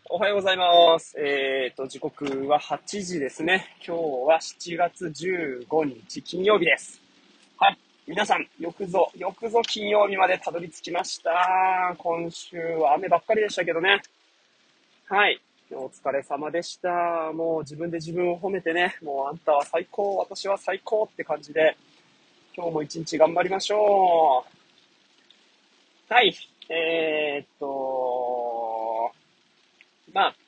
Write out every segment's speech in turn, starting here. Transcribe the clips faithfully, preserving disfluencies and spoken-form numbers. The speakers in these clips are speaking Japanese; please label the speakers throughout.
Speaker 1: おはようございます。えっと、時刻ははちじですね。今日はしちがつじゅうごにち金曜日です。はい。皆さん、よくぞ、よくぞ金曜日までたどり着きました。今週は雨ばっかりでしたけどね。はい。お疲れ様でした。もう自分で自分を褒めてね、もうあんたは最高、私は最高って感じで、今日も一日頑張りましょう。はい。えーっと、まあ、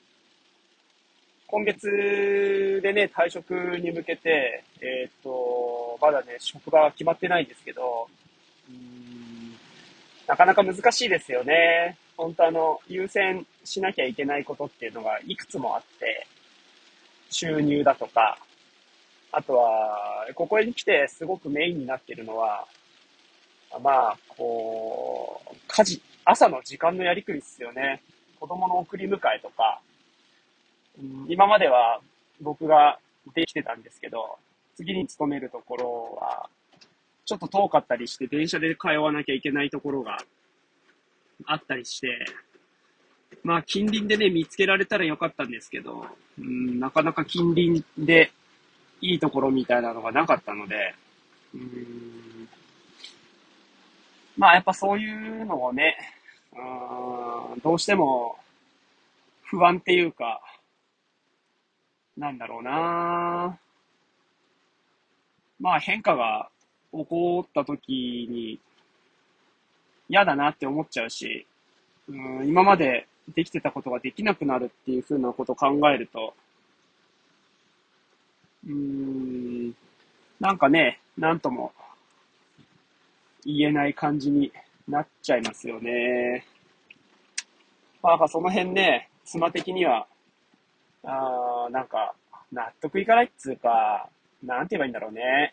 Speaker 1: 今月でね、退職に向けて、えーっと、まだね、職場は決まってないんですけど、うーんなかなか難しいですよね。本当あの、優先しなきゃいけないことっていうのがいくつもあって、収入だとか、あとは、ここに来てすごくメインになっているのは、まあ、こう、家事、朝の時間のやりくりですよね。子供の送り迎えとか、うん今までは僕ができてたんですけど、次に勤めるところは、ちょっと遠かったりして、電車で通わなきゃいけないところがあったりして、まあ近隣でね、見つけられたらよかったんですけど、うん、なかなか近隣でいいところみたいなのがなかったので、うん、まあやっぱそういうのをね、うん、どうしても不安っていうか、なんだろうな。まあ変化が起こった時に嫌だなって思っちゃうし、うん、今までできてたことができなくなるっていう風なことを考えると、うーん、なんかね、なんとも言えない感じになっちゃいますよね。まあ、なんかその辺ね、妻的には、あーなんか、納得いかないっつうか、なんて言えばいいんだろうね。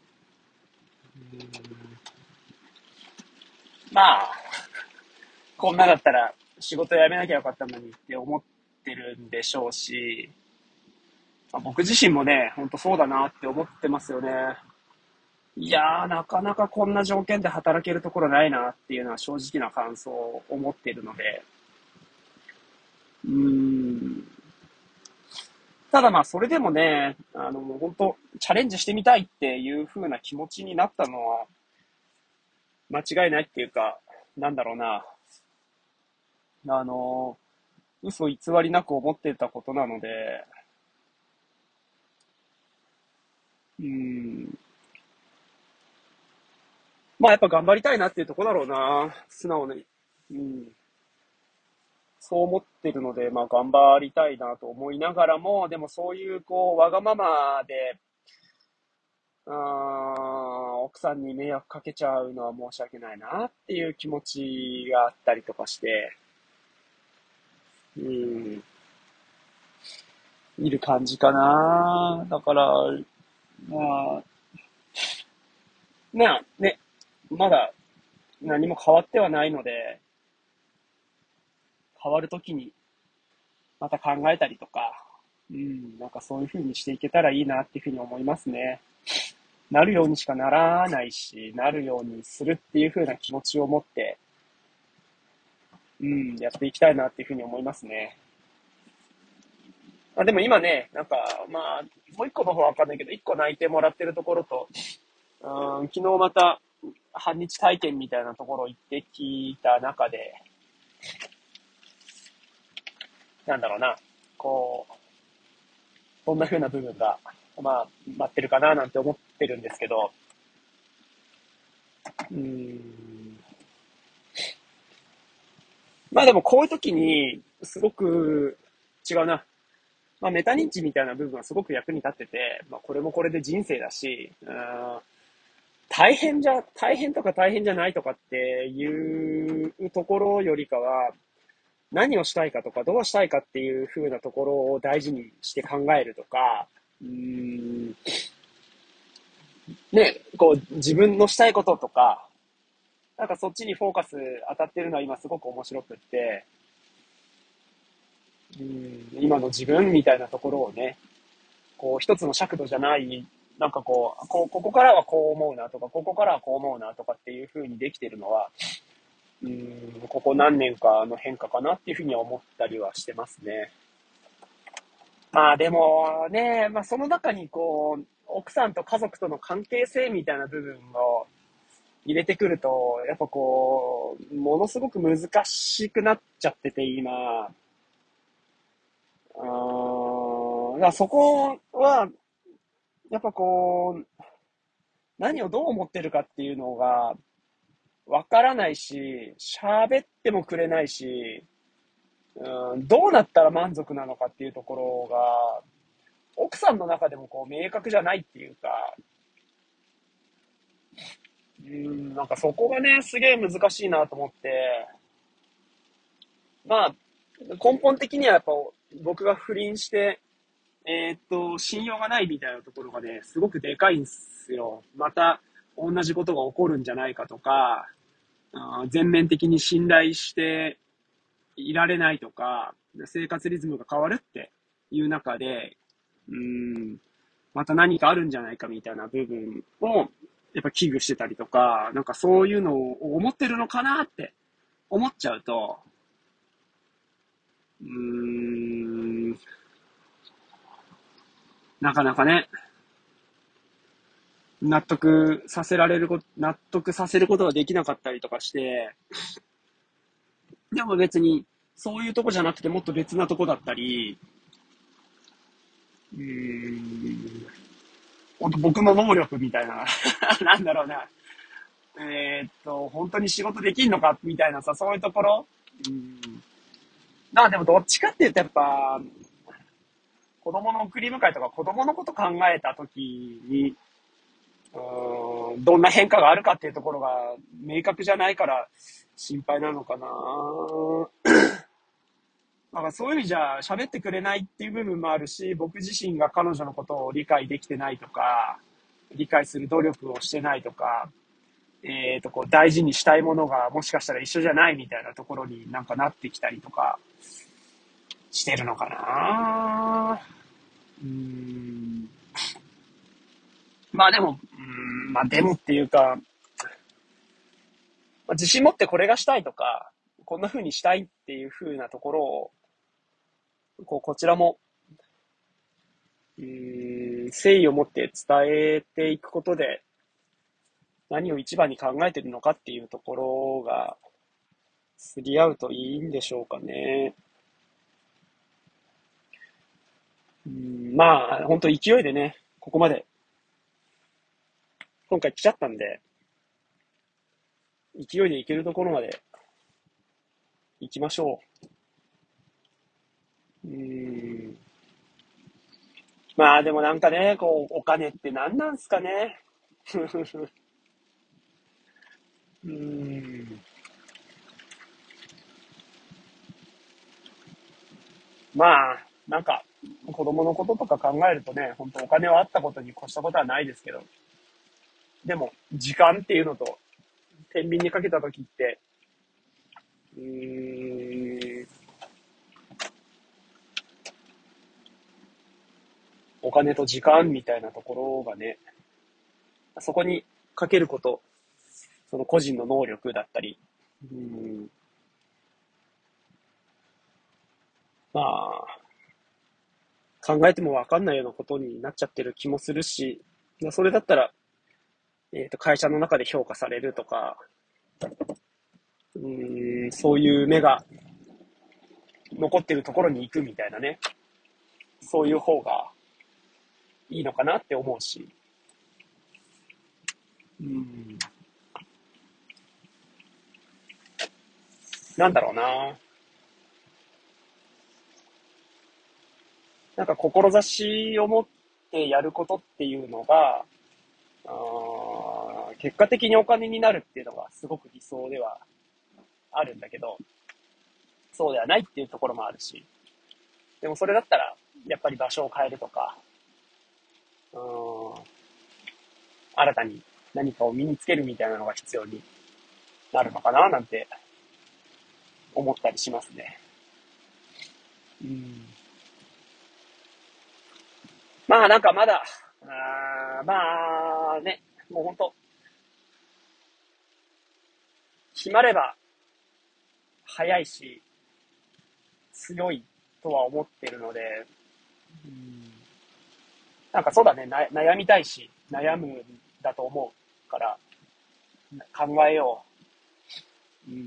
Speaker 1: まあ、こんなだったら仕事辞めなきゃよかったのにって思ってるんでしょうし、まあ、僕自身もね、ほんとそうだなって思ってますよね。いやー、なかなかこんな条件で働けるところないなっていうのは正直な感想を思っているので、うーん。ただまあ、それでもね、あの、もう本当チャレンジしてみたいっていう風な気持ちになったのは間違いないっていうか、なんだろうな、あの、嘘偽りなく思ってたことなので、うーん。まあやっぱ頑張りたいなっていうところだろうな。素直に。うん。そう思ってるので、まあ頑張りたいなと思いながらも、でもそういうこう、わがままで、あー奥さんに迷惑かけちゃうのは申し訳ないなっていう気持ちがあったりとかして、うん、いる感じかな。だから、まあ、まあね、まだ何も変わってはないので、変わるときにまた考えたりとか、うん、なんかそういう風にしていけたらいいなっていうふうに思いますね。なるようにしかならないし、なるようにするっていう風な気持ちを持って、うん、やっていきたいなっていうふうに思いますね。あ、でも今ね、なんか、まあ、もう一個の方はわかんないけど、一個内定もらってるところと、うん、昨日また半日体験みたいなところ行ってきた中で、なんだろうな、こう、どんな風な部分が、まあ、待ってるかななんて思ってるんですけど、うん、まあでもこういう時に、すごく違うな。まあメタ認知みたいな部分はすごく役に立ってて、まあこれもこれで人生だし、うん大変じゃ、大変とか大変じゃないとかっていうところよりかは、何をしたいかとか、どうしたいかっていう風なところを大事にして考えるとか、うーん、ね、こう、自分のしたいこととか、なんかそっちにフォーカス当たってるのは今すごく面白くって、うん、今の自分みたいなところをね、こう、一つの尺度じゃない、なんかこう、こここからはこう思うなとか、ここからはこう思うなとかっていう風にできてるのは、 うん、ここ何年かの変化かなっていうふうには思ったりはしてますね。まあでもね、まあその中にこう、奥さんと家族との関係性みたいな部分を入れてくると、やっぱこう、ものすごく難しくなっちゃってて、今。うーん、だからそこは、やっぱこう、何をどう思ってるかっていうのがわからないし、喋ってもくれないし、うん、どうなったら満足なのかっていうところが、奥さんの中でもこう明確じゃないっていうか、うん、なんかそこがね、すげえ難しいなと思って、まあ、根本的にはやっぱ僕が不倫して、えーっと、信用がないみたいなところがね、すごくでかいんですよ。また同じことが起こるんじゃないかとか、あー全面的に信頼していられないとか、生活リズムが変わるっていう中で、うーん、また何かあるんじゃないかみたいな部分を、やっぱ危惧してたりとか、なんかそういうのを思ってるのかなって思っちゃうと、うーん、なかなかね、納得させられること、納得させることができなかったりとかして、でも別に、そういうとこじゃなくてもっと別なとこだったり、うーん、ほんと僕の能力みたいな、なんだろうな、えーっと、本当に仕事できんのかみたいなさ、そういうところ、うん、まあでもどっちかっていうとやっぱ、子供の送り迎えとか子供のこと考えた時に、うーん、どんな変化があるかっていうところが明確じゃないから心配なのかな。だからそういう意味じゃ喋ってくれないっていう部分もあるし、僕自身が彼女のことを理解できてないとか、理解する努力をしてないとか、えっ、と、こう大事にしたいものがもしかしたら一緒じゃないみたいなところになんかなってきたりとかしてるのかな。うーん。まあでも、うーん、まあでもっていうか、まあ、自信持ってこれがしたいとか、こんな風にしたいっていう風なところを、こう、こちらも、うーん、誠意を持って伝えていくことで、何を一番に考えてるのかっていうところが、すり合うといいんでしょうかね。うん、まあ、本当勢いでね、ここまで、今回来ちゃったんで、勢いで行けるところまで行きましょう。うん。まあでもなんかね、こう、お金って何なんすかね。うん。まあ、なんか、子供のこととか考えるとね、本当お金はあったことに越したことはないですけど、でも、時間っていうのと、天秤にかけた時って、うーん、お金と時間みたいなところがね、そこにかけること、その個人の能力だったり、うん、まあ、考えてもわかんないようなことになっちゃってる気もするし、それだったら、えっと、会社の中で評価されるとか、うーん、そういう目が残ってるところに行くみたいなね、そういう方がいいのかなって思うし、うん、なんだろうな。なんか志を持ってやることっていうのが、あー結果的にお金になるっていうのがすごく理想ではあるんだけど、そうではないっていうところもあるし、でもそれだったら、やっぱり場所を変えるとか、うーん、新たに何かを身につけるみたいなのが必要になるのかななんて思ったりしますね。うん、まあなんかまだ、あまあね、もうほんと、決まれば、 早いし、強いとは思ってるので、うん、なんかそうだね、な悩みたいし、悩むんだと思うから、考えよう。うん。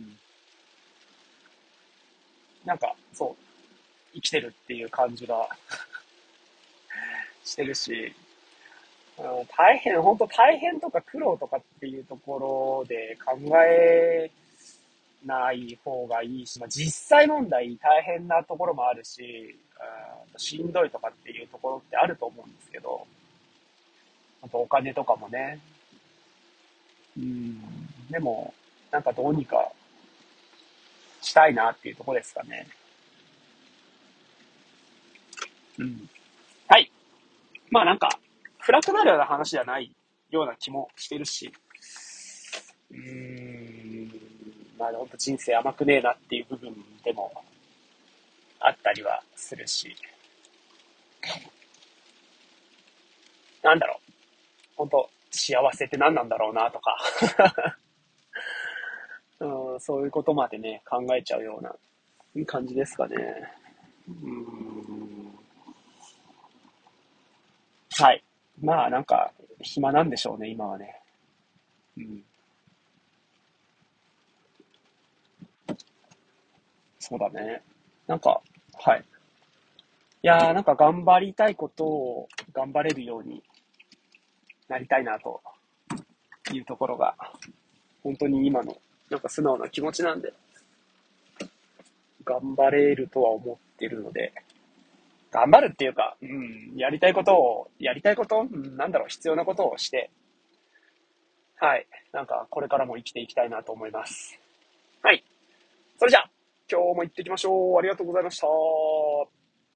Speaker 1: なんか、そう、生きてるっていう感じがしてるし、うん、大変、本当大変とか苦労とかっていうところで考えない方がいいし、まあ、実際問題大変なところもあるし、うん、しんどいとかっていうところってあると思うんですけど、あとお金とかもね。うん、でも、なんかどうにかしたいなっていうところですかね。うん。はい。まあなんか、暗くなるような話じゃないような気もしてるし、うーん、まあ本当人生甘くねえなっていう部分でもあったりはするし、なんだろう、本当幸せって何なんだろうなとか、うん、そういうことまでね、考えちゃうような感じですかね。うーん、はい。まあなんか、暇なんでしょうね、今はね。うん、そうだね。なんか、はい。いやーなんか頑張りたいことを頑張れるようになりたいなというところが、本当に今の、なんか素直な気持ちなんで、頑張れるとは思ってるので、頑張るっていうか、うん、やりたいことを、やりたいこと、うん、なんだろう、必要なことをして、はい、なんかこれからも生きていきたいなと思います。はい。それじゃあ、今日も行ってきましょう。ありがとうございました。